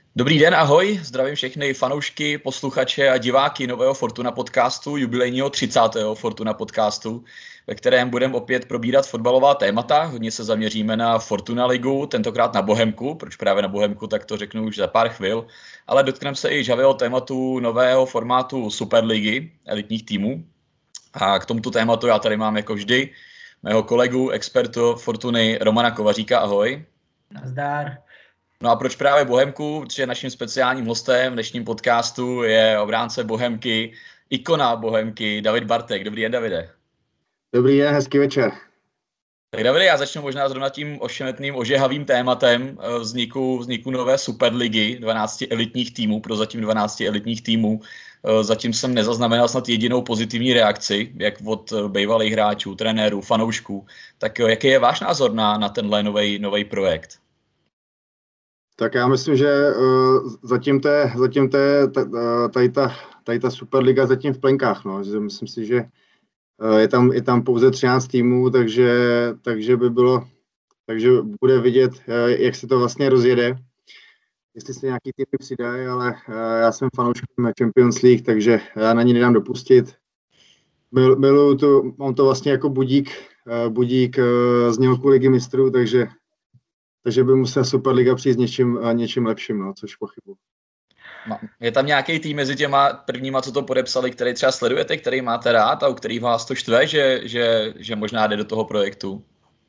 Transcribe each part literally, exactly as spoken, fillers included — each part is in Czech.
Dobrý den, ahoj, zdravím všechny fanoušky, posluchače a diváky nového Fortuna podcastu, jubilejního třicátého Fortuna podcastu, ve kterém budeme opět probírat fotbalová témata. Hodně se zaměříme na Fortuna ligu, tentokrát na Bohemku, proč právě na Bohemku, tak to řeknu už za pár chvil, ale dotkneme se i žavého tématu nového formátu Superligy, elitních týmů. A k tomuto tématu já tady mám jako vždy mého kolegu, expertu Fortuny Romana Kovaříka, ahoj. Nazdar. No a proč právě Bohemku? Protože naším speciálním hostem v dnešním podcastu je obránce Bohemky, ikona Bohemky, David Bartek. Dobrý den, Davide. Dobrý den, hezký večer. Tak Davide, já začnu možná zrovna tím ošemetným, ožehavým tématem vzniku, vzniku nové Superligy, dvanácti elitních týmů, pro zatím dvanácti elitních týmů. Zatím jsem nezaznamenal snad jedinou pozitivní reakci, jak od bývalých hráčů, trenérů, fanoušků. Tak jaký je váš názor na, na tenhle nový projekt? Tak já myslím, že uh, zatím, té, zatím té, t, tady, ta, tady ta Superliga zatím v plenkách. No. Myslím si, že uh, je, tam, je tam pouze třináct týmů, takže, takže by bylo, takže bude vidět, uh, jak se to vlastně rozjede. Jestli se nějaký týmy přidají, ale uh, já jsem fanouškem Champions League, takže já na ní nedám dopustit. Mil, miluju to, mám to vlastně jako budík, uh, budík uh, z něho ligy mistrů, takže Takže by musela Superliga přijít s něčím, něčím lepším, no, což pochybuji. Je tam nějaký tým mezi těma prvníma, co to podepsali, který třeba sledujete, který máte rád a u kterých vás to štve, že, že, že možná jde do toho projektu?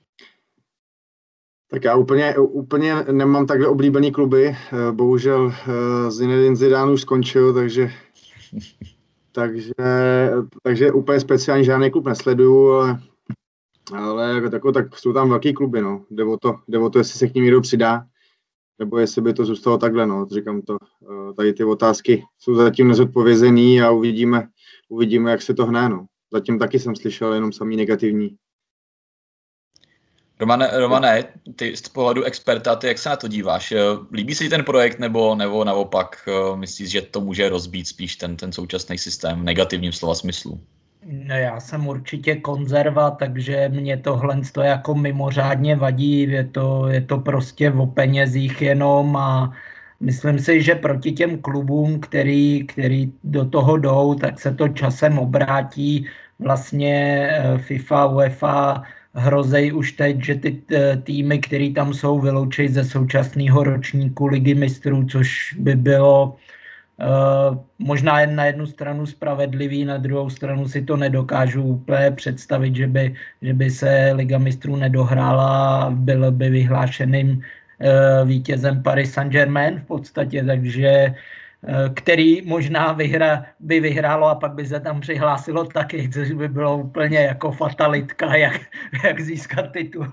Tak já úplně, úplně nemám takhle oblíbený kluby. Bohužel Zinedine Zidane už skončil, takže, takže, takže úplně speciálně žádný klub nesleduju, ale Ale jako tako, tak jsou tam velký kluby, no. Jde o to, jde o to, jestli se k ním někdo přidá, nebo jestli by to zůstalo takhle, no. Říkám to, tady ty otázky jsou zatím nezodpovězený a uvidíme, uvidíme, jak se to hne, no. Zatím taky jsem slyšel jenom samý negativní. Romane, Romane, ty z pohledu experta, ty jak se na to díváš? Líbí se ti ten projekt, nebo, nebo naopak myslíš, že to může rozbít spíš ten, ten současný systém v negativním slova smyslu? No, já jsem určitě konzerva, takže mě tohle jako mimořádně vadí, je to, je to prostě o penězích jenom a myslím si, že proti těm klubům, který, který do toho jdou, tak se to časem obrátí. Vlastně FIFA, UEFA hrozej už teď, že ty týmy, které tam jsou, vyloučí ze současného ročníku Ligy mistrů, což by bylo Uh, možná jen na jednu stranu spravedlivý, na druhou stranu si to nedokážu úplně představit, že by, že by se Liga mistrů nedohrála, byl by vyhlášeným uh, vítězem Paris Saint-Germain v podstatě, takže uh, který možná vyhra, by vyhrálo a pak by se tam přihlásilo taky, což by bylo úplně jako fatalitka, jak, jak získat titul.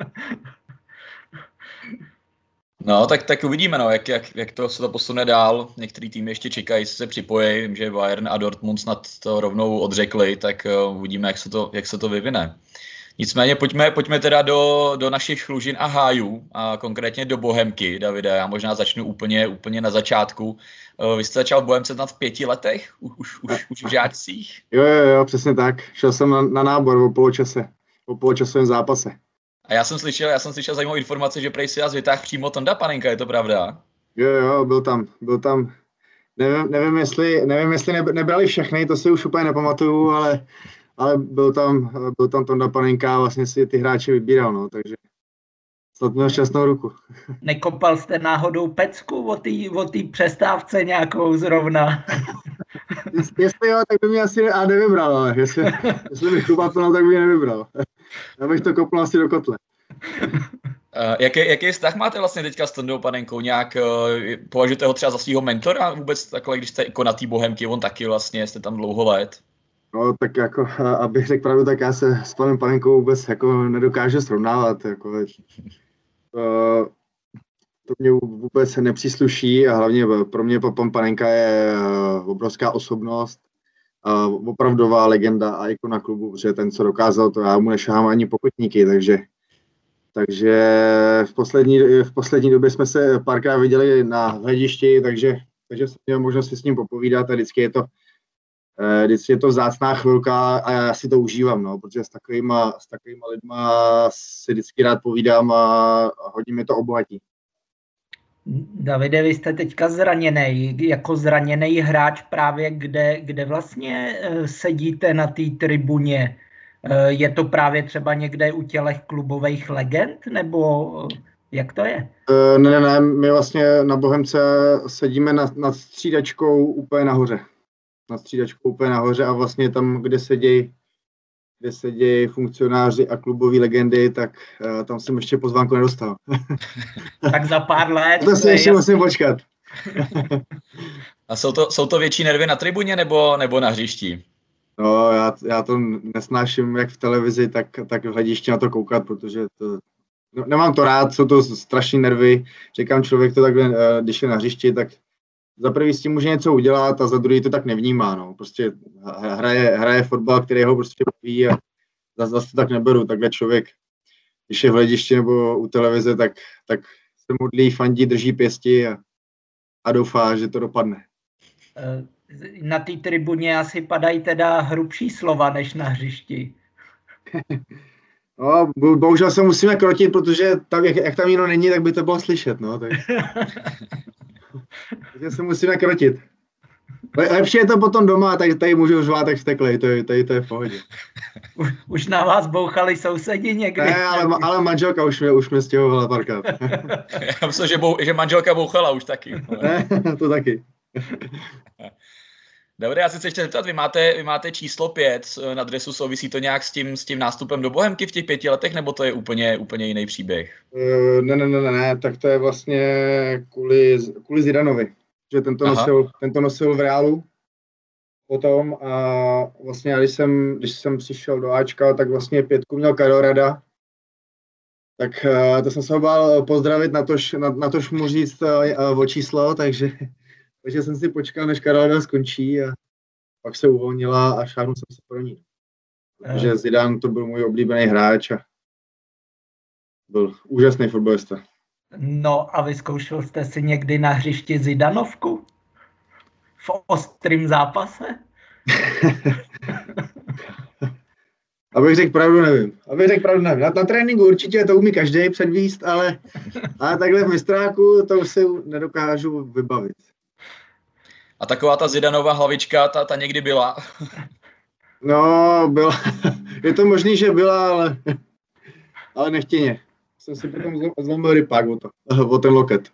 No, tak, tak uvidíme, no, jak, jak, jak to se to posune dál. Některý týmy ještě čekají, jestli se připojí. Vím, že Bayern a Dortmund snad to rovnou odřekli, tak uh, uvidíme, jak se to, jak se to vyvine. Nicméně pojďme, pojďme teda do, do našich lužin a hájů, a konkrétně do Bohemky, Davide. Já možná začnu úplně, úplně na začátku. Uh, vy jste začal v Bohemce snad v pěti letech? Už, už, už v žáčcích? Jo, jo, jo, přesně tak. Šel jsem na, na nábor o poločase, o poločasovém zápase. A já jsem slyšel, já jsem slyšel zajímavou informaci, že prej si vás vytáhl přímo Tonda Panenka, je to pravda? Jo, jo, byl tam, byl tam. Nevím, nevím jestli, nevím, jestli nebrali všechny, to si už úplně nepamatuju, ale, ale byl tam, byl tam Tonda Panenka a vlastně si ty hráče vybíral, no, takže snad měl šťastnou ruku. Nekopal jste náhodou pecku o té přestávce nějakou zrovna? Jestli, jestli jo, tak by mě asi a nevybral, ale jestli, jestli bych kopal, tak by mě nevybral. Já bych to kopnul asi do kotle. Uh, jaký, jaký vztah máte vlastně teďka s Tondou Panenkou? Nějak uh, považujete ho třeba za svého mentora vůbec takhle, když jste ikona té Bohemky, on taky vlastně, jste tam dlouho let? No tak jako, abych řekl pravdu, tak já se s panem Panenkou vůbec jako nedokážu srovnávat. Jako, uh, to mě vůbec nepřísluší a hlavně pro mě pan Panenka je obrovská osobnost, uh, opravdová legenda a ikona klubu, protože ten, co dokázal, to já mu nešahám ani pokutníky, takže Takže v poslední, v poslední době jsme se párkrát viděli na hledišti, takže, takže jsem měl možnost si s ním popovídat a vždycky je to, vždycky je to vzácná chvilka a já si to užívám, no, protože s takovýma, s takovýma lidma si vždycky rád povídám a, a hodně mě to obohatí. Davide, vy jste teďka zraněný, jako zraněný hráč právě, kde, kde vlastně sedíte na té tribuně? Je to právě třeba někde u těch klubových legend, nebo jak to je? Ne, ne, ne, my vlastně na Bohemce sedíme nad, nad střídačkou úplně nahoře. Nad střídačkou úplně nahoře a vlastně tam, kde sedějí kde sedějí funkcionáři a klubové legendy, tak uh, tam jsem ještě pozvánku nedostal. Tak za pár let. To si ještě musím počkat. A jsou to, jsou to větší nervy na tribuně nebo, nebo na hřišti? No, já, já to nesnáším jak v televizi, tak, tak v hledišti na to koukat, protože to, no, nemám to rád, jsou to strašné nervy. Říkám, člověk to takhle, uh, když je na hřišti, tak za prvý s tím může něco udělat a za druhý to tak nevnímá. No. Prostě hraje, hraje fotbal, který ho prostě baví a zase, zase to tak neberu. Takhle člověk, když je v hledišti nebo u televize, tak, tak se modlí, fandí, drží pěsti a, a doufá, že to dopadne. Na té tribuně asi padají teda hrubší slova než na hřišti. No, bohužel se musíme krotit, protože tam, jak, jak tam jino není, tak by to bylo slyšet. No, tak. Takže se musíme krotit. Lepší je to potom doma, tak tady můžu řvát jak vzteklej, to je, tady to je v pohodě. Už, už na vás bouchali sousedi někdy. Ne, ale, ale manželka už mě, už mě stěhovala párkrát. Já myslím, že, bou, že manželka bouchala už taky. Ne, to taky. Dobré, já se chci ještě zeptat, vy máte, vy máte číslo pět na dresu, souvisí to nějak s tím, s tím nástupem do Bohemky v těch pěti letech, nebo to je úplně, úplně jiný příběh? Uh, ne, ne, ne, ne, tak to je vlastně kvůli, kvůli Zidanovi, že tento nosil, tento nosil v Reálu potom a vlastně já, když jsem, když jsem přišel do Ačka, tak vlastně pětku měl Karel Rada, tak uh, to jsem se ho bál pozdravit, natož, na, natož mu říct uh, o číslo, takže, takže jsem si počkal, než Karel Rada skončí a pak se uvolnila a šáhnul jsem se pro ní. Protože Zidane to byl můj oblíbený hráč a byl úžasný fotbalista. No a vyzkoušel jste si někdy na hřišti Zidanovku? V ostrým zápase? Abych řekl pravdu, nevím. Abych řekl pravdu, nevím. Na, na tréninku určitě to umí každý předvíst, ale, ale takhle v mistráku to už si nedokážu vybavit. A taková ta Zidanova hlavička, ta, ta někdy byla? No, byla. Je to možný, že byla, ale, ale nechtěně. Jsem si potom zlomil rypák o, to, o ten loket.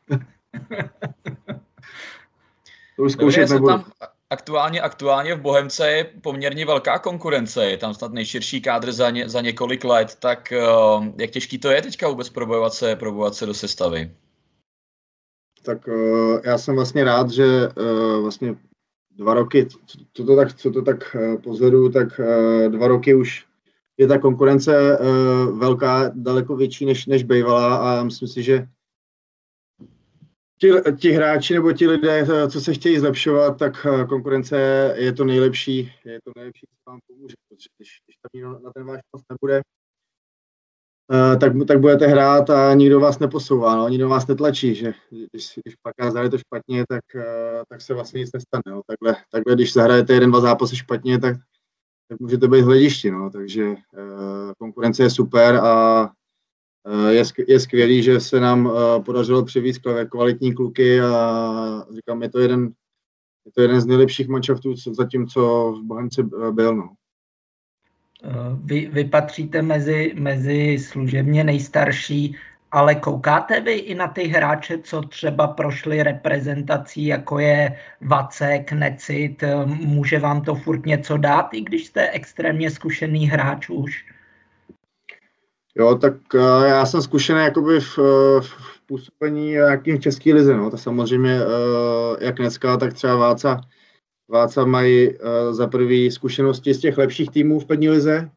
To už zkoušet nebudu. Tam aktuálně, aktuálně v Bohemce je poměrně velká konkurence, je tam snad nejširší kádr za, ně, za několik let, tak uh, jak těžký to je teďka vůbec probojovat se, probojovat se do sestavy? Tak uh, já jsem vlastně rád, že uh, vlastně dva roky, co, co to tak, co to tak uh, pozoruju, tak uh, dva roky už je ta konkurence uh, velká, daleko větší než, než bývalá a myslím si, že ti, ti hráči nebo ti lidé, co se chtějí zlepšovat, tak uh, konkurence je to nejlepší, je to nejlepší, co vám pomůže, protože když, když tam nikdo na ten váš post nebude, uh, tak, tak budete hrát a nikdo vás neposouvá, no, nikdo vás netlačí, že když, když pak zahraje to špatně, tak, uh, tak se vlastně nic nestane. No. Takhle, takhle, když zahrajete jeden, dva zápasy špatně, tak tak můžete být v hledišti, no, takže uh, konkurence je super a uh, je, je skvělý, že se nám uh, podařilo přivést kvalitní kluky a říkám, je to jeden, je to jeden z nejlepších manšaftů zatím, co v Bohemce byl, no. Vy, vy patříte mezi, mezi služebně nejstarší, ale koukáte vy i na ty hráče, co třeba prošli reprezentací, jako je Vacek, Necit, může vám to furt něco dát, i když jste extrémně zkušený hráč už? Jo, tak uh, já jsem zkušený jakoby v, v působení nějakým v české lize, no, to samozřejmě uh, jak Necka, tak třeba Váca, Váca mají uh, za prvý zkušenosti z těch lepších týmů v první lize,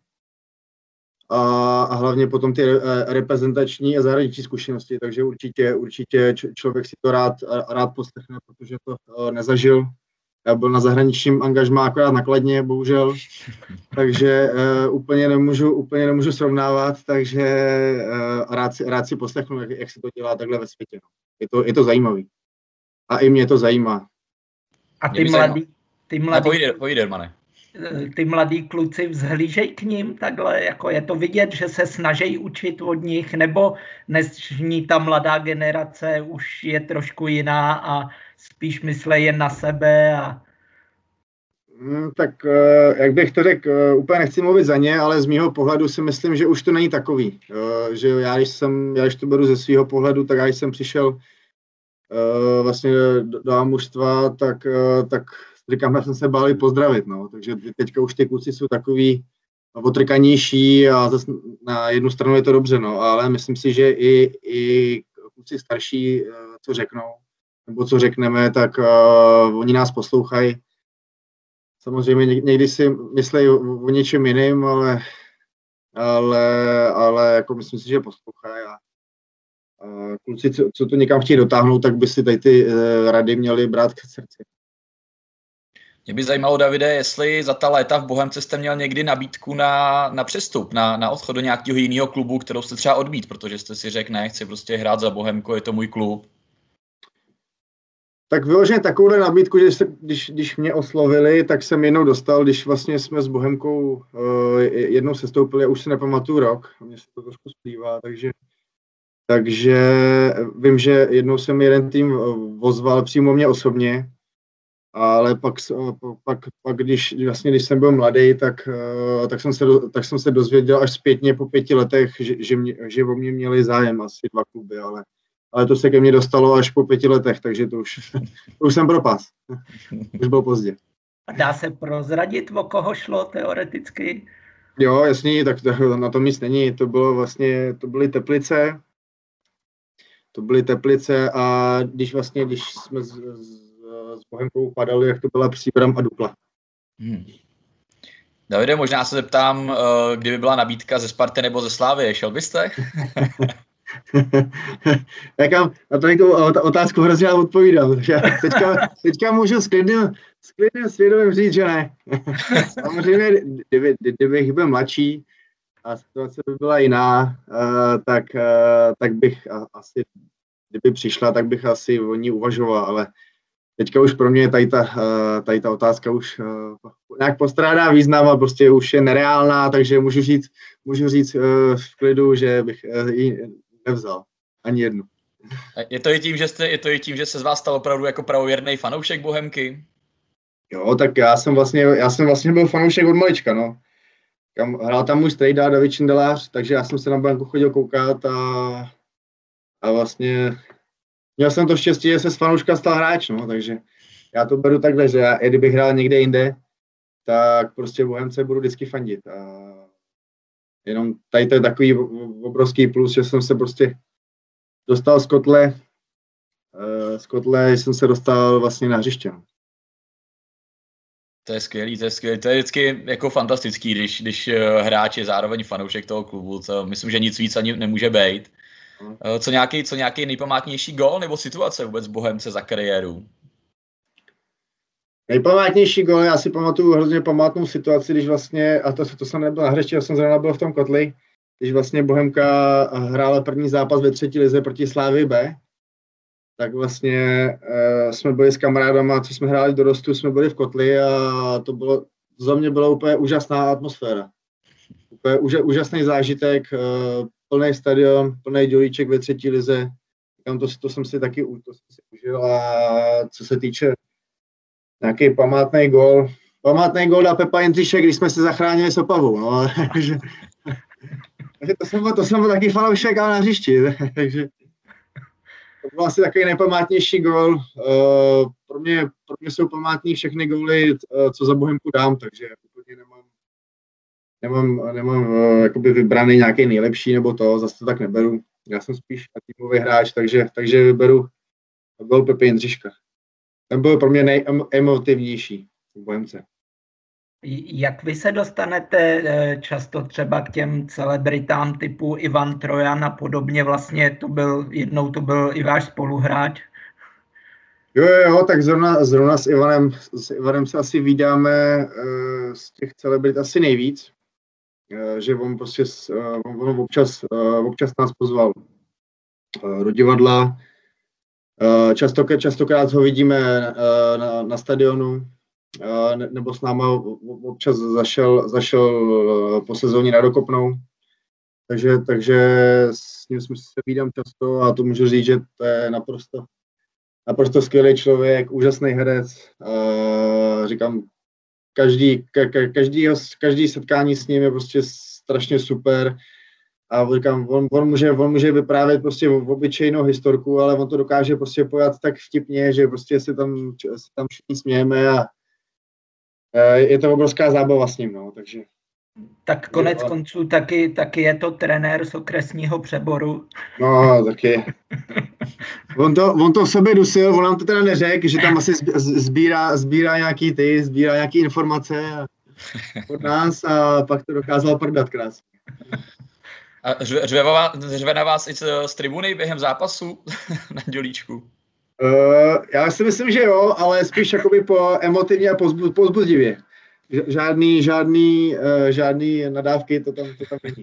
A, a hlavně potom ty reprezentační a zahraniční zkušenosti, takže určitě, určitě člověk si to rád, rád poslechne, protože to nezažil. Já byl na zahraničním angažmá akorát na Kladně, bohužel, takže uh, úplně, nemůžu, úplně nemůžu srovnávat, takže uh, rád, si, rád si poslechnu, jak, jak se to dělá takhle ve světě. No. Je to, je to zajímavý. A i mě to zajímá. A ty mladý, ty mladý, Pojď, Dermane. ty mladí kluci vzhlížejí k ním takhle, jako je to vidět, že se snaží učit od nich, nebo dnešní ta mladá generace už je trošku jiná a spíš myslí jen na sebe a Hmm, tak jak bych to řekl, úplně nechci mluvit za ně, ale z mýho pohledu si myslím, že už to není takový. Že já, když, jsem, já, když to beru ze svého pohledu, tak já když jsem přišel vlastně do, do mužstva, tak, tak říkám, že jsem se bál pozdravit. No. Takže teďka už ty kluci jsou takový otrkanější a zase na jednu stranu je to dobře, no, ale myslím si, že i, i kluci starší, co řeknou, nebo co řekneme, tak uh, oni nás poslouchají. Samozřejmě někdy si myslí o něčem jiným, ale, ale, ale jako myslím si, že poslouchají a, a kluci, co, co to někam chtějí dotáhnout, tak by si tady ty uh, rady měli brát k srdci. Mě by zajímalo, Davide, jestli za ta léta v Bohemce jste měl někdy nabídku na, na přestup, na, na odchod do nějakého jiného klubu, kterou jste třeba odmít, protože jste si řekl, ne, chci prostě hrát za Bohemku, je to můj klub. Tak vyloženě takovouhle nabídku, že se, když, když mě oslovili, tak jsem jednou dostal, když vlastně jsme s Bohemkou uh, jednou sestoupili, já už si nepamatuju rok, mně se to trošku splývá, takže, takže vím, že jednou jsem jeden tým ozval přímo mě osobně, ale pak, pak, pak když, vlastně, když jsem byl mladý, tak, tak, jsem se, tak jsem se dozvěděl až zpětně po pěti letech, že, že, mě, že o mě měli zájem asi dva kluby, ale, ale to se ke mně dostalo až po pěti letech, takže to už, to už jsem propas. Už bylo pozdě. A dá se prozradit, o koho šlo teoreticky? Jo, jasně, tak to, na tom nic není. To bylo vlastně, to byly Teplice, to byly Teplice a když vlastně, když jsme z, z s Bohemkou padali, jak to byla Příbram a Dukla. Hmm. Davide, možná se zeptám, kdyby byla nabídka ze Sparty nebo ze Slávie, šel byste? Jakám, na to tu otázku hrozně odpovídám. Teďka, teďka můžu s klidným, s klidným svědomím říct, že ne. Samozřejmě, kdyby, kdybych byl mladší a situace by byla jiná, tak, tak bych asi, kdyby přišla, tak bych asi o ní uvažoval, ale teďka už pro mě tady ta, tady ta otázka už nějak postrádá význam a prostě už je nereálná, takže můžu říct, můžu říct v klidu, že bych ji nevzal ani jednu. Je to i tím, že jste, je to i tím, že se z vás stal opravdu jako pravověrný fanoušek Bohemky? Jo, tak já jsem vlastně, já jsem vlastně byl fanoušek od malička, no. Hrál tam můj strejda David Čindelář, takže já jsem se na Bohemku chodil koukat a, a vlastně měl jsem to štěstí, že se z fanouška stal hráč, no, takže já to beru takhle, že já, kdybych hrál někde jinde, tak prostě Bohemce budu vždycky fandit. A jenom tady to je takový obrovský plus, že jsem se prostě dostal z kotle, z kotle jsem se dostal vlastně na hřiště. No. To je skvělý, to je skvělý, to je vždycky jako fantastický, když, když hráč je zároveň fanoušek toho klubu, to myslím, že nic víc ani nemůže být. Co nějaký, co nějaký nejpamátnější gól nebo situace vůbec v Bohemce za kariéru? Nejpamátnější gól, já si pamatuju hrozně památnou situaci, když vlastně, a to, to jsem nebyl na hřišti, já jsem zrovna byl v tom kotli, když vlastně Bohemka hrála první zápas ve třetí lize proti Slávii B, tak vlastně uh, jsme byli s kamarádama, co jsme hráli dorostu, jsme byli v kotli a to bylo, za mě byla úplně úžasná atmosféra. Úplně úža, úžasný zážitek, uh, plný stadion, plný dělíček ve třetí lize. Tam to, to jsem si taky to jsem si užil a co se týče nějaký památný gól. Památný gól dal Pepa Jindřišek, když jsme se zachránili s Opavou. No, takže, takže to, jsem byl, to jsem byl taky fanoušek, ale na hřišti. Takže to byl asi takový nejpamátnější gól. Uh, pro, mě, pro mě jsou památní všechny góly, uh, co za Bohemku dám, takže úplně nemám Nemám, nemám uh, jakoby vybraný nějaký nejlepší nebo to, zase to tak neberu. Já jsem spíš týmový hráč, takže, takže vyberu gól Pepe Jindřiška. Ten byl pro mě nejemotivnější v Bohemce. Jak vy se dostanete často třeba k těm celebritám typu Ivan Trojan a podobně, vlastně to byl, jednou to byl i váš spoluhráč? Jo, jo, jo, tak zrovna, zrovna s Ivanem, s Ivanem se asi vídáme uh, z těch celebrit asi nejvíc. Že on prostě on občas, občas nás pozval do divadla. Častokrát, častokrát ho vidíme na, na stadionu, ne, nebo s náma občas zašel, zašel po sezóně na dokopnou. Takže, takže s ním se vídám často a to můžu říct, že to je naprosto, naprosto skvělý člověk, úžasný herec. Uh, říkám, každý, ka, ka, každý, každý setkání s ním je prostě strašně super. A říkám, on, on, může, on může vyprávět prostě obyčejnou historku, ale on to dokáže prostě pojat tak vtipně, že prostě si tam, si tam všichni smějeme a je to obrovská zábava s ním, no, takže. Tak konec konců taky, taky je to trenér z okresního přeboru. No, taky. On to, on to v sobě dusil, on nám to teda neřekl, že tam asi sbírá, sbírá nějaký ty, sbírá nějaký informace od nás a pak to dokázal prodat krásně. A řve, řve na vás i z, z tribuny během zápasu na Dělíčku? Uh, já si myslím, že jo, ale spíš jakoby po emotivně a povzbudivě. Žádný, žádný, uh, žádný nadávky, to tam, to tam není.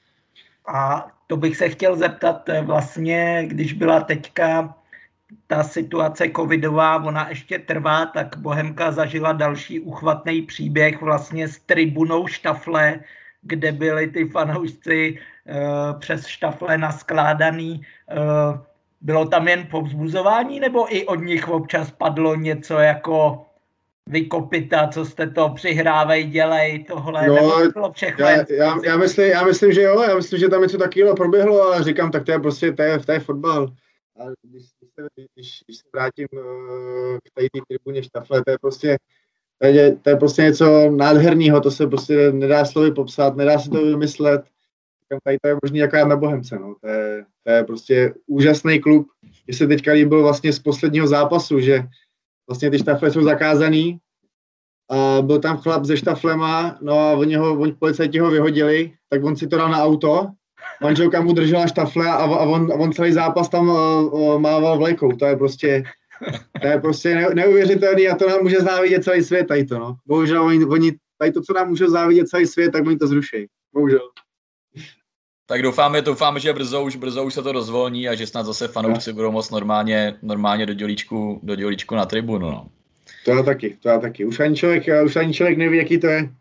A to bych se chtěl zeptat vlastně, když byla teďka ta situace covidová, ona ještě trvá, tak Bohemka zažila další uchvatný příběh vlastně s tribunou štafle, kde byli ty fanoušci uh, přes štafle naskládaný. Uh, bylo tam jen povzbuzování, nebo i od nich občas padlo něco jako vykopita, co jste to přihrávej, dělej, tohle, no, nebo bylo všechno? Já, já, já, myslím, já myslím, že jo, já myslím, že tam něco takového proběhlo a říkám, tak to je prostě, to je, to je fotbal. A když, když, když se vrátím uh, k tady té tribuně štafle, to je prostě To je, to je prostě něco nádherného, to se prostě nedá slovy popsat, nedá se to vymyslet. Tady to je možný jako já na Bohemce, no. To je, to je prostě úžasný klub. Mně se teďka líbil vlastně z posledního zápasu, že vlastně ty štafle jsou zakázaný a byl tam chlap se štaflema, no a oni ho, oni policajti ho vyhodili, tak on si to dal na auto, manželka mu držela štafle a, a, on, a on celý zápas tam uh, uh, mával vlajkou. To je prostě To je prostě ne, neuvěřitelný a to nám může závidět celý svět, tady to, no. Bohužel oni, oni tady to, co nám může závidět celý svět, tak oni to zruší. Bohužel. Tak doufáme, doufáme, že brzo už, brzo už se to rozvolní a že snad zase fanoušci no. budou moct normálně, normálně do dělíčku, do dělíčku na tribunu, no. To já taky, to já taky. Už ani člověk, už ani člověk neví, jaký to je.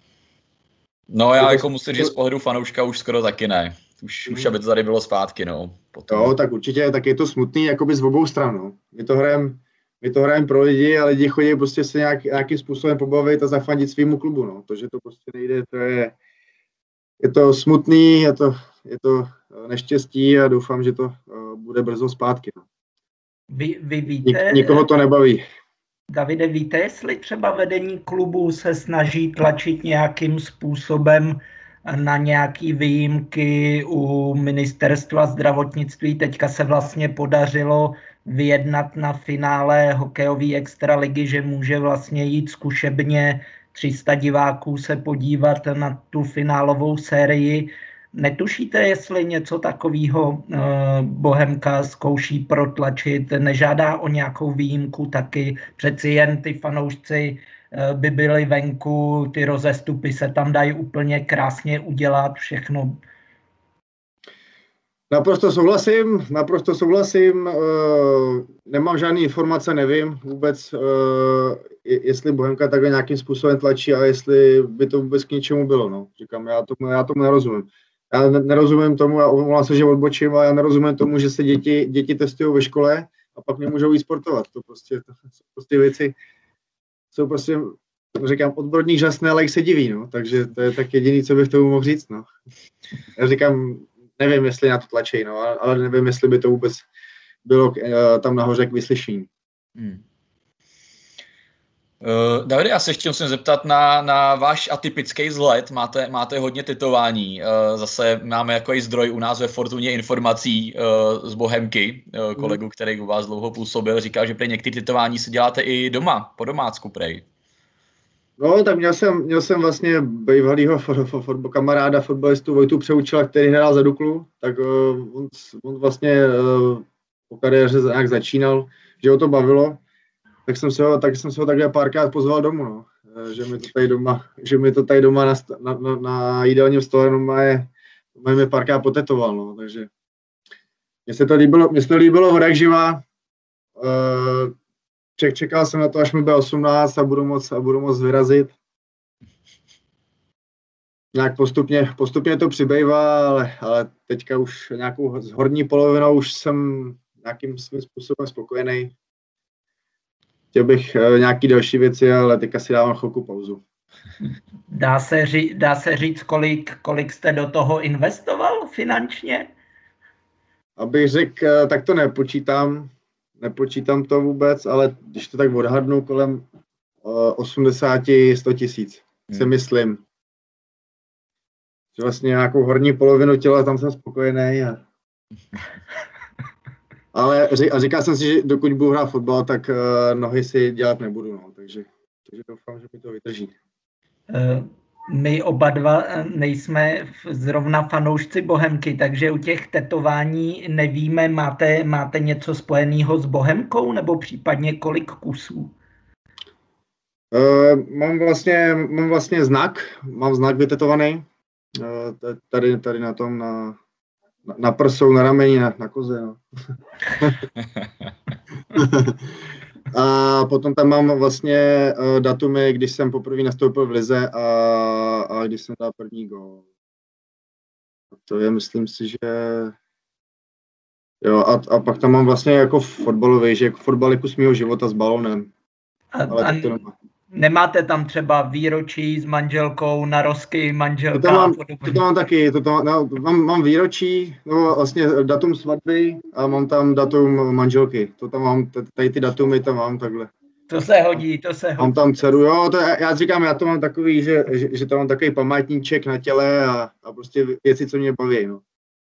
No já to jako to, musím říct, z pohledu fanouška už skoro taky ne. Už, mm. už aby to tady bylo zpátky, no. Potom. Jo, tak určitě, tak je to smutný, jakoby z obou stran, no. My to hrajeme my to hrajeme pro lidi a lidi chodí prostě se nějak, nějakým způsobem pobavit a zafandit svýmu klubu, no. To, že to prostě nejde, to je, je to smutný, je to, je to neštěstí a doufám, že to uh, bude brzo zpátky, no. Vy, vy víte... Nik, nikoho to nebaví. Davide, víte, jestli třeba vedení klubu se snaží tlačit nějakým způsobem na nějaké výjimky u ministerstva zdravotnictví? Teďka se vlastně podařilo vyjednat na finále hokejové extraligy, že může vlastně jít zkušebně tři sta diváků se podívat na tu finálovou sérii. Netušíte, jestli něco takového uh, Bohemka zkouší protlačit, nežádá o nějakou výjimku taky, přeci jen ty fanoušci uh, by byli venku, ty rozestupy se tam dají úplně krásně udělat, všechno. Naprosto souhlasím, naprosto souhlasím, uh, nemám žádné informace, nevím vůbec, uh, jestli Bohemka takhle nějakým způsobem tlačí a jestli by to vůbec k ničemu bylo, no. Říkám, já tomu, já tomu nerozumím. Já nerozumím tomu, já omlouvám se, že odbočím, ale já nerozumím tomu, že se děti, děti testují ve škole a pak nemůžou jít sportovat. To prostě, to jsou prostě věci, jsou prostě, říkám, odborník žasné, ale jich se diví, no. Takže to je tak jediný, co bych tomu mohl říct, no. Já říkám, nevím, jestli na to tlačí, no, ale nevím, jestli by to vůbec bylo tam nahoře k vyslyšení. Hmm. Uh, Davide, já se ještě musím zeptat na, na váš atypický vzhled. Máte, máte hodně tetování. Uh, zase máme jako i zdroj u nás ve Fortuně informací uh, z Bohemky. Uh, kolegu, hmm. který u vás dlouho působil, říkal, že prej některé tetování si děláte i doma, po domácku prej. No, tak měl jsem, měl jsem vlastně bývalýho for, for, for, kamaráda, fotbalistu Vojtu Přeučila, který hrál za Duklu, tak uh, on, on vlastně uh, po kariéře nějak začínal, že ho to bavilo. Tak jsem se ho, tak jsem se ho takhle párkrát pozval domů, no. Že mi to tady doma, že mi to tady doma na, na, na, na jídelním stole no, je, mě párkrát potetoval, no. Takže mně se to líbilo, mně se to líbilo od jak živá. Uh, čekal jsem na to, až mi bude osmnáct a budu moc, a budu moc vyrazit. Nějak postupně, postupně to přibývá, ale, ale teďka už nějakou s horní polovinou už jsem nějakým svým způsobem spokojený. Chtěl bych uh, nějaký další věci, ale teďka si dávám chvilku pauzu. Dá se, ří, dá se říct, kolik, kolik jste do toho investoval finančně? Abych řekl, uh, tak to nepočítám. Nepočítám to vůbec, ale když to tak odhadnu, kolem uh, osmdesát až sto tisíc, hmm. si myslím. Že vlastně nějakou horní polovinu těla, tam jsem spokojený. A... Ale a říkal jsem si, že dokud budu hrát fotbal, tak uh, nohy si dělat nebudu, no, takže, takže doufám, že mi to vydrží. My oba dva nejsme zrovna fanoušci Bohemky, takže u těch tetování nevíme, máte, máte něco spojeného s Bohemkou, nebo případně kolik kusů? Uh, mám, vlastně, mám vlastně znak, mám znak vytetovaný, uh, tady, tady na tom, na, na, na prsou, na rameni, na, na koze, no. A potom tam mám vlastně uh, datumy, když jsem poprvé nastoupil v lize a, a když jsem dal první gól. To je, myslím si, že... Jo, a, a pak tam mám vlastně jako fotbalový, že jako fotbal je kus mýho života s balónem. A, Ale a to nemá. Nemáte tam třeba výročí s manželkou, narozky, manželka? To tam mám, to tam mám taky, to tam, no, mám, mám výročí, no, vlastně datum svatby a mám tam datum manželky. To tam mám, tady ty datumy tam mám takhle. To se hodí, to se hodí. Mám tam dceru, jo, to, já říkám, já to mám takový, že, že, že to mám takový památníček na těle a, a prostě věci, co mě baví, no.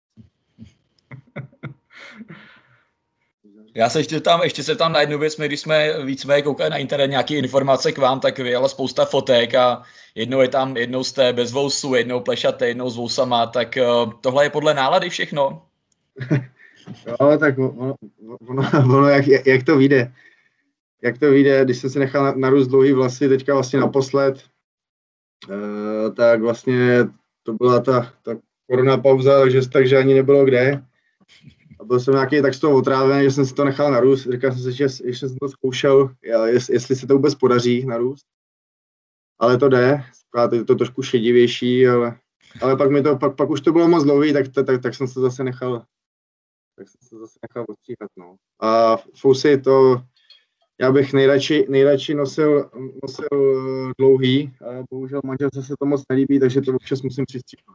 Já se ještě tam, ještě se tam na jednu věc, my když jsme víceméně koukali na internet nějaké informace k vám, tak vyjela spousta fotek a jednou je tam, jednou jste bez vousu, jednou plešaté, jednou s vousama, tak uh, tohle je podle nálady všechno? Jo, tak ono, ono, ono jak, jak to vyjde. Jak to vyjde, když jsem si nechal narůst dlouhý vlasy, teďka vlastně naposled, uh, tak vlastně to byla ta, ta korona pauza, takže, takže ani nebylo kde. A byl jsem nějaký tak z toho otrávený, že jsem si to nechal narůst. Říkal jsem si, že ještě jsem to zkoušel, jestli se to vůbec podaří narůst. Ale to jde, je to trošku šedivější, ale, ale pak, mi to, pak, pak už to bylo moc dlouhý, tak, tak, tak jsem se zase nechal tak jsem se zase nechal odstříhat. No. A fousy to, já bych nejradši, nejradši nosil, nosil dlouhý, a bohužel manželce se to moc nelíbí, takže to občas musím přistříhat.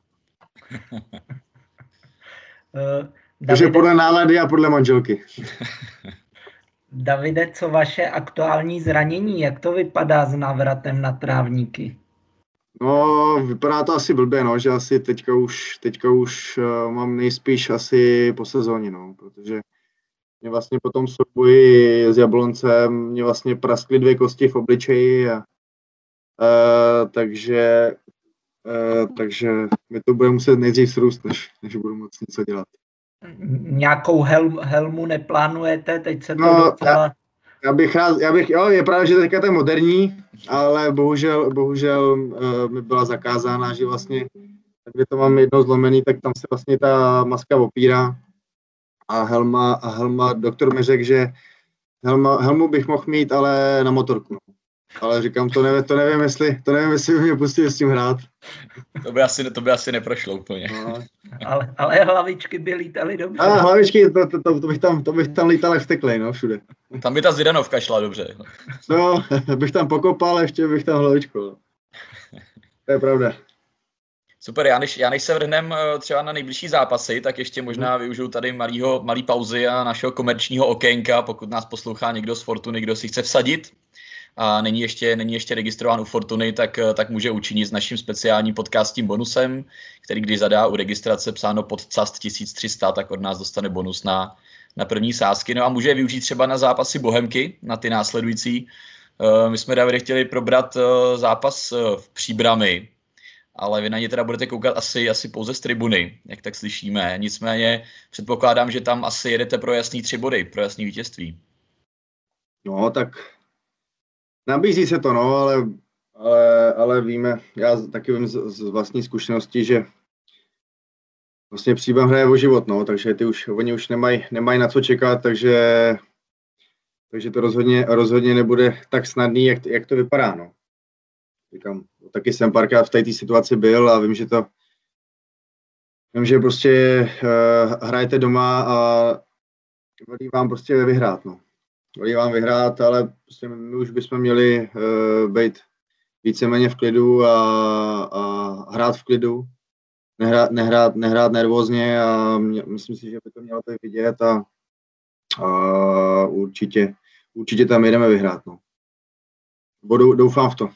Takže podle nálady a podle manželky. Davide, co vaše aktuální zranění? Jak to vypadá s návratem na trávníky? No, vypadá to asi blbě, no, že asi teďka už, teďka už uh, mám nejspíš asi po sezóně, no, protože mě vlastně po tom souboji s Jabloncem mě vlastně praskly dvě kosti v obličeji a uh, takže uh, takže mi to bude muset nejdřív srůst, než, než budu moct něco dělat. Nějakou helm, helmu neplánujete? Teď se to no, docela... Já, já bych rád, já bych, jo, je pravda, že teďka to je moderní, ale bohužel, bohužel uh, mi byla zakázána, že vlastně, kde to mám jedno zlomený, tak tam se vlastně ta maska opírá a helma, a helma, doktor mi řekl, že helma, helmu bych mohl mít, ale na motorku. Ale říkám, to nevím, to nevím, jestli, to nevím, jestli by mě pustili s tím hrát. To by asi, to by asi neprošlo úplně. No. Ale, ale hlavičky by lítaly dobře. A hlavičky, to, to, to, to, bych tam, to bych tam lítal jak vsteklej, no, všude. Tam by ta Zidanovka šla dobře. No, bych tam pokopal, ještě bych tam hlavičku. No. To je pravda. Super, já než, já než se vrhnem třeba na nejbližší zápasy, tak ještě možná využiju tady malýho, malý pauzy a našeho komerčního okénka, pokud nás poslouchá někdo z Fortuny, kdo si chce vsadit a není ještě, není ještě registrován u Fortuny, tak, tak může učinit s naším speciálním podcastním bonusem, který když zadá u registrace psáno pod C A S T tisíc tři sta, tak od nás dostane bonus na, na první sázky. No a může je využít třeba na zápasy Bohemky, na ty následující. My jsme, Davide, chtěli probrat zápas v Příbrami, ale vy na ně teda budete koukat asi, asi pouze z tribuny, jak tak slyšíme. Nicméně předpokládám, že tam asi jedete pro jasný tři body, pro jasný vítězství. No, tak nabízí se to, no, ale, ale, ale víme, já taky vím z, z vlastní zkušenosti, že vlastně Příbram hraje o život, no, takže ty už, oni už nemají, nemají na co čekat, takže takže to rozhodně, rozhodně nebude tak snadný, jak, jak to vypadá. No. Říkám, taky jsem párkrát v té situaci byl a vím, že to vím, že prostě uh, hrajete doma a velí vám prostě vyhrát. No. Velí vám vyhrát, ale prostě my už bychom měli uh, být víceméně v klidu a, a hrát v klidu. Nehrát, nehrát, nehrát nervózně a mě, myslím si, že by to mělo tady vidět a, a určitě, určitě tam jedeme vyhrát. No. Budu, doufám v to.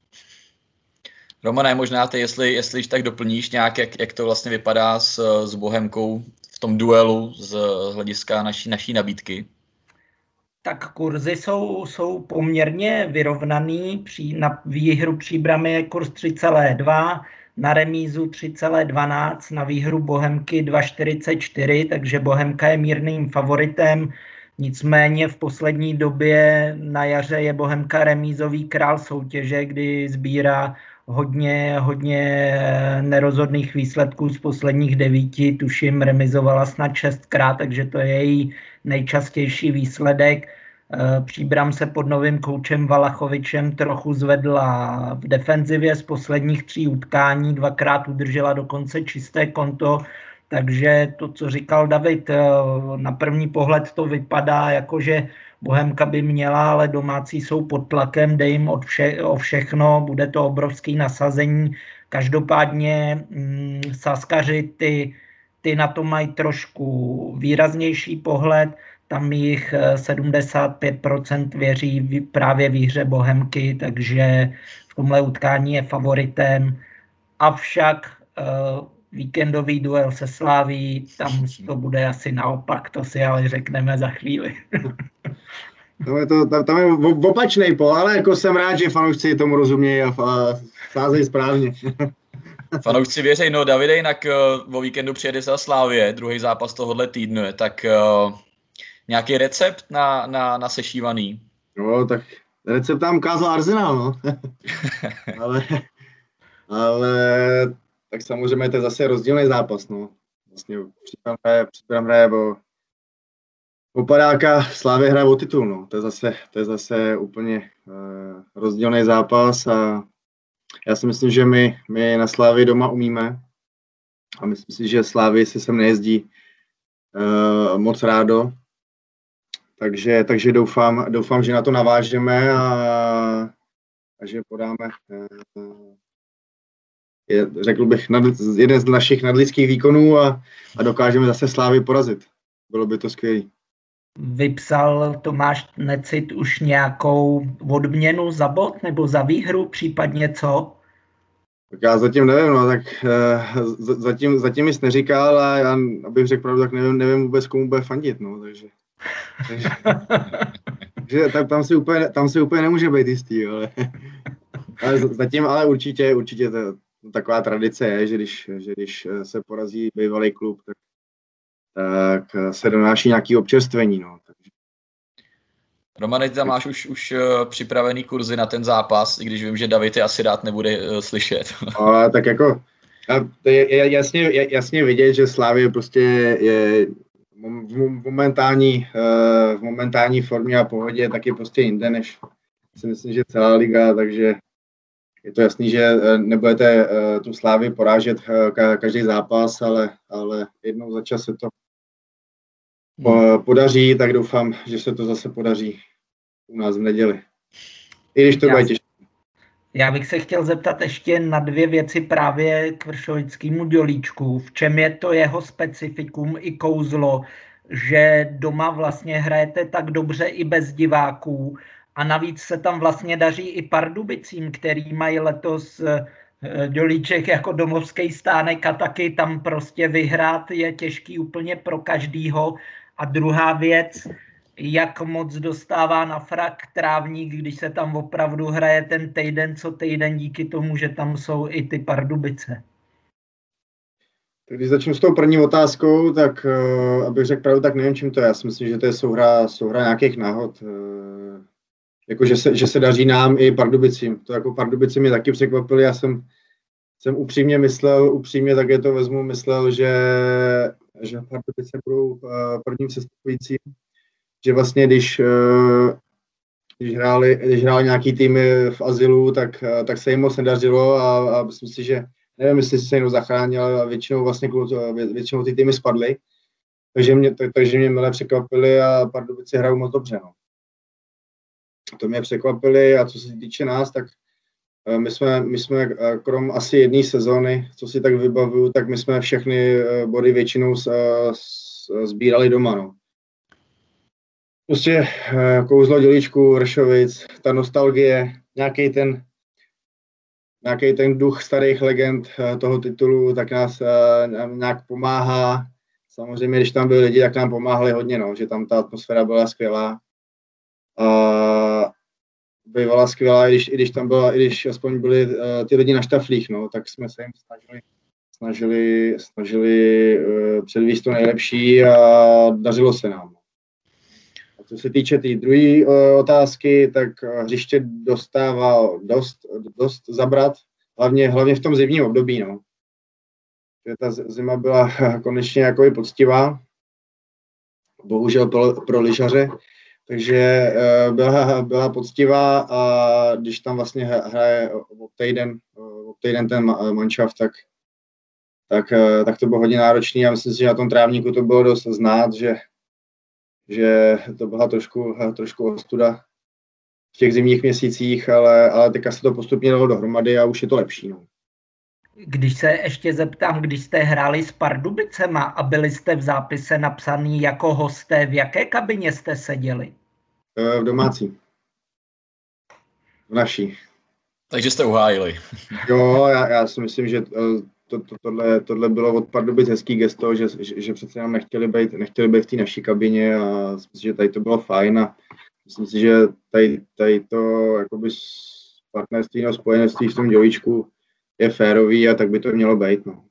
Romane, možná ty, jestli, jestli tak doplníš nějak, jak, jak to vlastně vypadá s, s Bohemkou v tom duelu z hlediska naší, naší nabídky. Tak kurzy jsou, jsou poměrně vyrovnaný. Při, na výhru Příbramy je kurz tři celá dva, na remízu tři celá dvanáct, na výhru Bohemky dva celá čtyřicet čtyři, takže Bohemka je mírným favoritem. Nicméně v poslední době na jaře je Bohemka remízový král soutěže, kdy sbírá hodně, hodně nerozhodných výsledků z posledních devíti. Tuším, remizovala snad šestkrát, takže to je její nejčastější výsledek. Příbram se pod novým koučem Valachovičem trochu zvedla v defenzivě z posledních tří utkání, dvakrát udržela dokonce čisté konto, takže to, co říkal David, na první pohled to vypadá jako, že Bohemka by měla, ale domácí jsou pod tlakem, dej jim od vše, o všechno, bude to obrovský nasazení. Každopádně mm, Saskaři ty, ty na to mají trošku výraznější pohled, tam jich sedmdesát pět procent věří právě výhře Bohemky, takže v tomhle utkání je favoritem. Avšak uh, víkendový duel se Slaví, tam to bude asi naopak, to si ale řekneme za chvíli. Tam je, to, tam, tam je opačnej pol, ale jako jsem rád, že fanoušci tomu rozumějí a, a sázejí správně. Fanoušci věří, no Davide, jinak uh, o víkendu přijede se Slávie, druhý zápas tohohle týdnu, tak uh, nějaký recept na, na, na sešívaný? No, tak recept tam ukázal Arsenal, no. ale, ale tak samozřejmě to je zase rozdílný zápas, no. Vlastně případem hraje, případem hraje o, o padáka, Slávě hraje o titul, no. To je zase, to je zase úplně uh, rozdílný zápas a já si myslím, že my, my na Slávě doma umíme a myslím si, že Slávě se sem nejezdí uh, moc rádo. Takže, takže doufám, doufám, že na to navážeme a, a že podáme, je, řekl bych, nad, jeden z našich nadlidských výkonů a, a dokážeme zase Slávy porazit. Bylo by to skvělé. Vypsal Tomáš Necit už nějakou odměnu za bod nebo za výhru, případně co? Tak já zatím nevím, no, tak uh, zatím, zatím nic neříkal a já, abych řekl pravdu, tak nevím, nevím vůbec, komu bude fandit, no, takže... takže, takže tam, tam, si úplně, tam si úplně nemůže být jistý, ale, ale zatím ale určitě, určitě to, taková tradice je, že když, že když se porazí bývalý klub, tak, tak se donáší nějaké občerstvení, no, takže. Romane, ty tam máš už, už připravený kurzy na ten zápas, i když vím, že David je asi rád nebude uh, slyšet. Ale tak jako, je jasně, jasně vidět, že Slavia prostě je v momentální, v momentální formě a pohodě taky prostě jinde, než si myslím, že celá liga, takže je to jasný, že nebudete tu Slavii porážet každý zápas, ale, ale jednou za čas se to podaří, tak doufám, že se to zase podaří u nás v neděli. I když to bude těžké. Já bych se chtěl zeptat ještě na dvě věci právě k vršovickému Dělíčku. V čem je to jeho specifikum i kouzlo, že doma vlastně hrajete tak dobře i bez diváků a navíc se tam vlastně daří i Pardubicím, který mají letos Dělíček jako domovský stánek a taky tam prostě vyhrát je těžký úplně pro každýho. A druhá věc, jak moc dostává na frak trávník, když se tam opravdu hraje ten týden co týden díky tomu, že tam jsou i ty Pardubice. Tak když začnu s tou první otázkou, tak uh, abych řekl pravdu, tak nevím, čím to je. Já si myslím, že to je souhra, souhra nějakých náhod. Uh, jako, že se, že se daří nám i Pardubicím. To jako Pardubici mě taky překvapili. Já jsem, jsem upřímně myslel, upřímně tak je to vezmu, myslel, že, že Pardubice budou uh, prvním sestupujícím. že vlastně když, když, hráli, když hráli nějaký týmy v azylu, tak, tak se jim moc nedařilo a, a myslím si, že nevím, jestli se jenom zachránil, ale většinou vlastně většinou ty týmy spadly. Takže mě, takže mě milé překvapili a Pardubice hrajou moc dobře. No. To mě překvapili a co se týče nás, tak my jsme, my jsme krom asi jedné sezóny, co si tak vybavuju, tak my jsme všechny body většinou sbírali doma. No. Prostě kouzlo Dělíčku, Vršovic, ta nostalgie, nějaký ten, nějaký ten duch starých legend toho titulu, tak nás nějak pomáhá. Samozřejmě, když tam byli lidi, tak nám pomáhali hodně, no, že tam ta atmosféra byla skvělá. A bývala skvělá, i když, i když tam byla, i když aspoň byli uh, ty lidi na štaflích, no, tak jsme se jim snažili, snažili, snažili uh, předvíst to nejlepší a dařilo se nám. A co se týče té tý druhé uh, otázky, tak uh, hřiště dostává dost, dost zabrat, hlavně, hlavně v tom zimním období, no. Ta zima byla konečně jako i poctivá, bohužel pro, pro lyžaře, takže uh, byla, byla poctivá a když tam vlastně hraje ob týden, ob týden ten manšaft, tak, tak, uh, tak to bylo hodně náročný a myslím si, že na tom trávníku to bylo dost znát, že, že to byla trošku, trošku ostuda v těch zimních měsících, ale, ale teďka se to postupně dalo dohromady a už je to lepší. No. Když se ještě zeptám, když jste hráli s Pardubicema a byli jste v zápise napsaný jako hosté, v jaké kabině jste seděli? V domácí. V naší. Takže jste uhájili. Jo, já, já si myslím, že to, to, tohle, tohle bylo od Pardubic hezký gesto, že, že, že přece nám nechtěli být, nechtěli být v té naší kabině a myslím, že tady to bylo fajn a myslím si, že tady, tady to jakoby partnerství nebo spojenství v tom Dělíčku je férový a tak by to mělo být. No.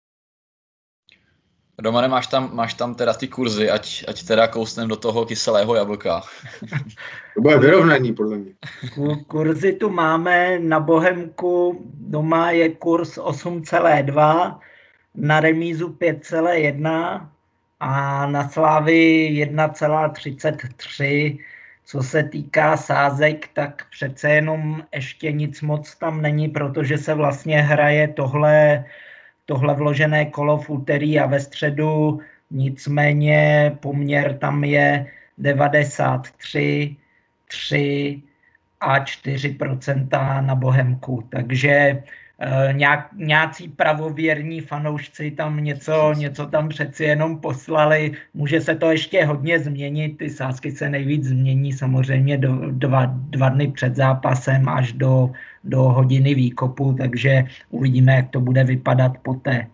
Romane, máš tam, máš tam teda ty kurzy, ať, ať teda kousnem do toho kyselého jablka. To bude vyrovnaný, podle mě. Kurzy tu máme, na Bohemku doma je kurz osm celá dva, na remízu pět celá jedna a na Slávy jedna celá třicet tři. Co se týká sázek, tak přece jenom ještě nic moc tam není, protože se vlastně hraje tohle, tohle vložené kolo v úterý a ve středu, nicméně poměr tam je devadesát tři, tři a čtyři procenta na Bohemku, takže Nějak, nějací pravověrní fanoušci tam něco, něco tam přeci jenom poslali. Může se to ještě hodně změnit, ty sázky se nejvíc změní samozřejmě do, dva, dva dny před zápasem až do, do hodiny výkopu, takže uvidíme, jak to bude vypadat poté.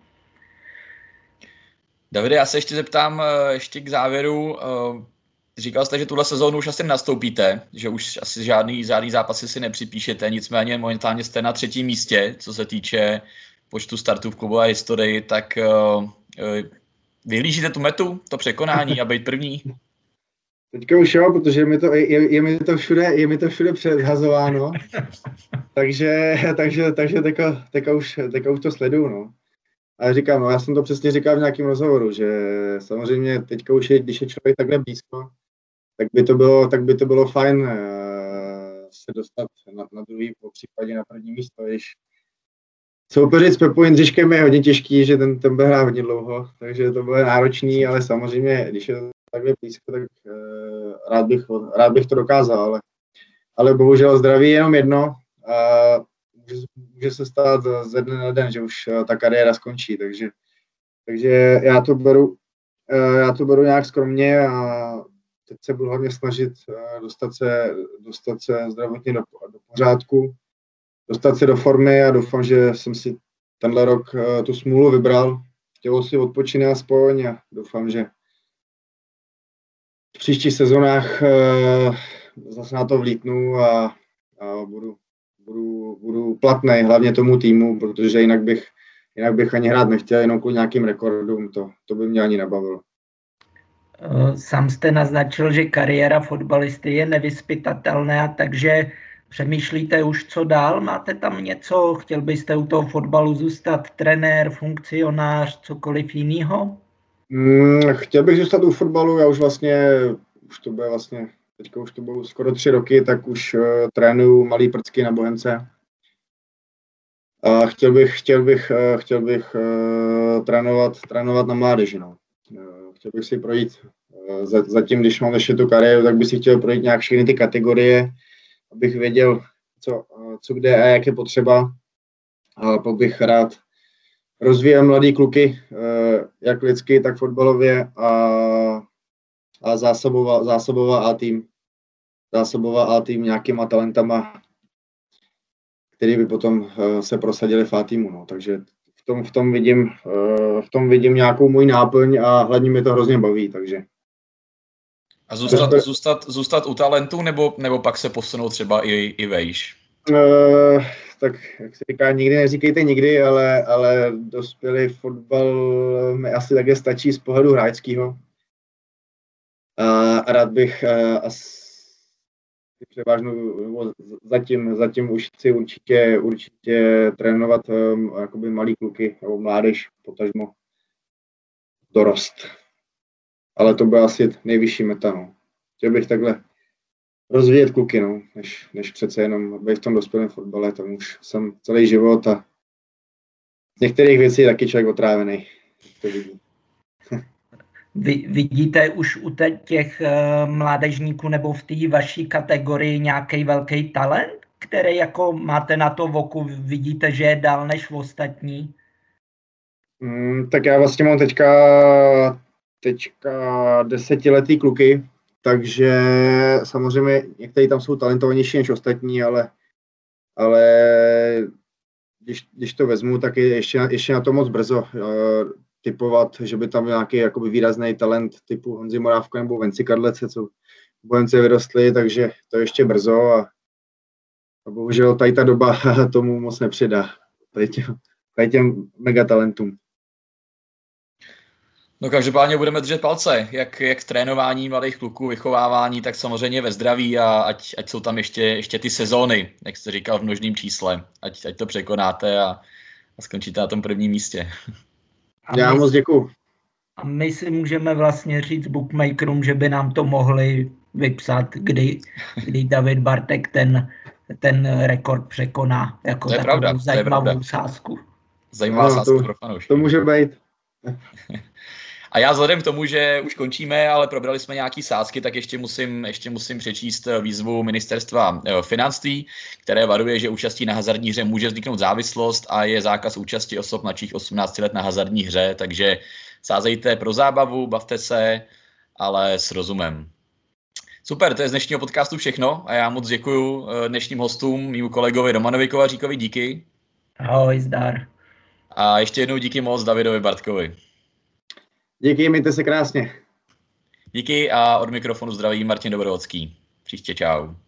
Davide, já se ještě zeptám ještě k závěru. Říkal jste, že tuhle sezónu už asi nastoupíte, že už asi žádný, žádný zápasy si nepřipíšete, nicméně momentálně jste na třetím místě, co se týče počtu startů v klubové historii, tak uh, vyhlížíte tu metu, to překonání a být první? Teďka už jo, protože je mi to, je, je mi to všude, je mi to všude předhazováno, takže, takže, takže teďka, teďka, už, teďka už to sleduju, no. Ale říkám, no, já jsem to přesně říkal v nějakém rozhovoru, že samozřejmě teďka už je, když je člověk takhle blízko, tak by to bylo, tak by to bylo fajn uh, se dostat na, na druhý, po případě na první místo, když soupeřit s Pepou Jindřiškem je hodně těžký, že ten, ten bude hrát hodně dlouho, takže to bude náročný, ale samozřejmě, když je to takhle blízko, tak uh, rád, bych, rád bych to dokázal, ale, ale bohužel zdraví je jenom jedno a může, může se stát ze dne na den, že už ta kariéra skončí, takže, takže já to beru, já to beru nějak skromně a teď se budu hlavně snažit dostat se, dostat se zdravotně do, do pořádku, dostat se do formy a doufám, že jsem si tenhle rok tu smůlu vybral. Chtělo si odpočinout aspoň a doufám, že v příštích sezónách zase na to vlítnu a, a budu, budu, budu platný hlavně tomu týmu, protože jinak bych, jinak bych ani hrát nechtěl, jenom kvůli nějakým rekordům, to, to by mě ani nebavilo. Sám jste naznačil, že kariéra fotbalisty je nevyzpytatelná, takže přemýšlíte už, co dál? Máte tam něco? Chtěl byste u toho fotbalu zůstat trenér, funkcionář, cokoliv jiného? Hmm, chtěl bych zůstat u fotbalu, já už vlastně už to bude vlastně, teďka už to budou skoro tři roky, tak už uh, trénuju malý prcky na Bohemce. A chtěl bych, chtěl bych, uh, chtěl bych uh, trénovat, trénovat na mládeži, no. Uh, chtěl bych si projít, uh, zatím, když mám ještě tu kariéru, tak bych si chtěl projít nějak všechny ty kategorie, abych věděl, co, uh, co kde a jak je potřeba. A pak bych rád rozvíjel mladý kluky, uh, jak lidsky, tak fotbalově a, a zásoboval, zásoboval A tým. Zásoboval A tým nějakýma talentama, který by potom uh, se prosadili v A týmu. No. Takže v tom, v, tom vidím, uh, v tom vidím nějakou můj náplň a hlavně mi to hrozně baví. Takže. A zůstat, to... zůstat, zůstat u talentu nebo, nebo pak se posunout třeba i, i vejš? Uh, tak jak se říká, nikdy neříkejte nikdy, ale, ale dospělý fotbal mi asi také stačí z pohledu hráčského. A rád bych uh, asi převážnou zatím, zatím už chci určitě, určitě trénovat um, jakoby malý kluky nebo mládež, potažmo dorost. Ale to byl asi nejvyšší meta, no. Chtěl bych takhle rozvíjet kluky, no, než, než přece jenom být v tom dospělém fotbale, tam už jsem celý život a z některých věcí je taky člověk otrávený. To vidí. Vy vidíte už u těch uh, mládežníků nebo v té vaší kategorii nějaký velký talent, který jako máte na to v oku, vidíte, že je dál než v ostatní? Mm, tak já vlastně mám teďka, teďka desetiletý kluky, takže samozřejmě někteří tam jsou talentovanější než ostatní, ale, ale když, když to vezmu, tak je ještě, ještě na to moc brzo. Typovat, že by tam byl nějaký jakoby výrazný talent typu Honzi Morávka nebo Venci Kadlece, co v Bohemce vyrostli, takže to je ještě brzo a, a bohužel tady ta doba tomu moc nepřidá, tady těm, tady těm megatalentům. No každopádně budeme držet palce, jak, jak v trénování mladých kluků, vychovávání, tak samozřejmě ve zdraví a ať, ať jsou tam ještě, ještě ty sezóny, jak jste říkal v množném čísle, ať, ať to překonáte a, a skončíte na tom prvním místě. A Já my, moc děkuju. A my si můžeme vlastně říct bookmakerům, že by nám to mohli vypsat, kdy, kdy David Bartek ten, ten rekord překoná. Jako to je takovou pravda, zajímavou to je pravda. sázku. Zajímavá no, sázka to, pro fanoušky. To může být. A já vzhledem k tomu, že už končíme, ale probrali jsme nějaký sázky, tak ještě musím, ještě musím přečíst výzvu ministerstva financí, které varuje, že účastí na hazardní hře může vzniknout závislost a je zákaz účasti osob mladších osmnácti let na hazardní hře, takže sázejte pro zábavu, bavte se, ale s rozumem. Super, to je z dnešního podcastu všechno a já moc děkuju dnešním hostům, mému kolegovi Romanovi Kovaříkovi, díky. Ahoj, zdar. A ještě jednou díky moc Davidovi Bartkovi. Díky, mějte se krásně. Díky a od mikrofonu zdraví Martin Dobrovodský. Příště čau.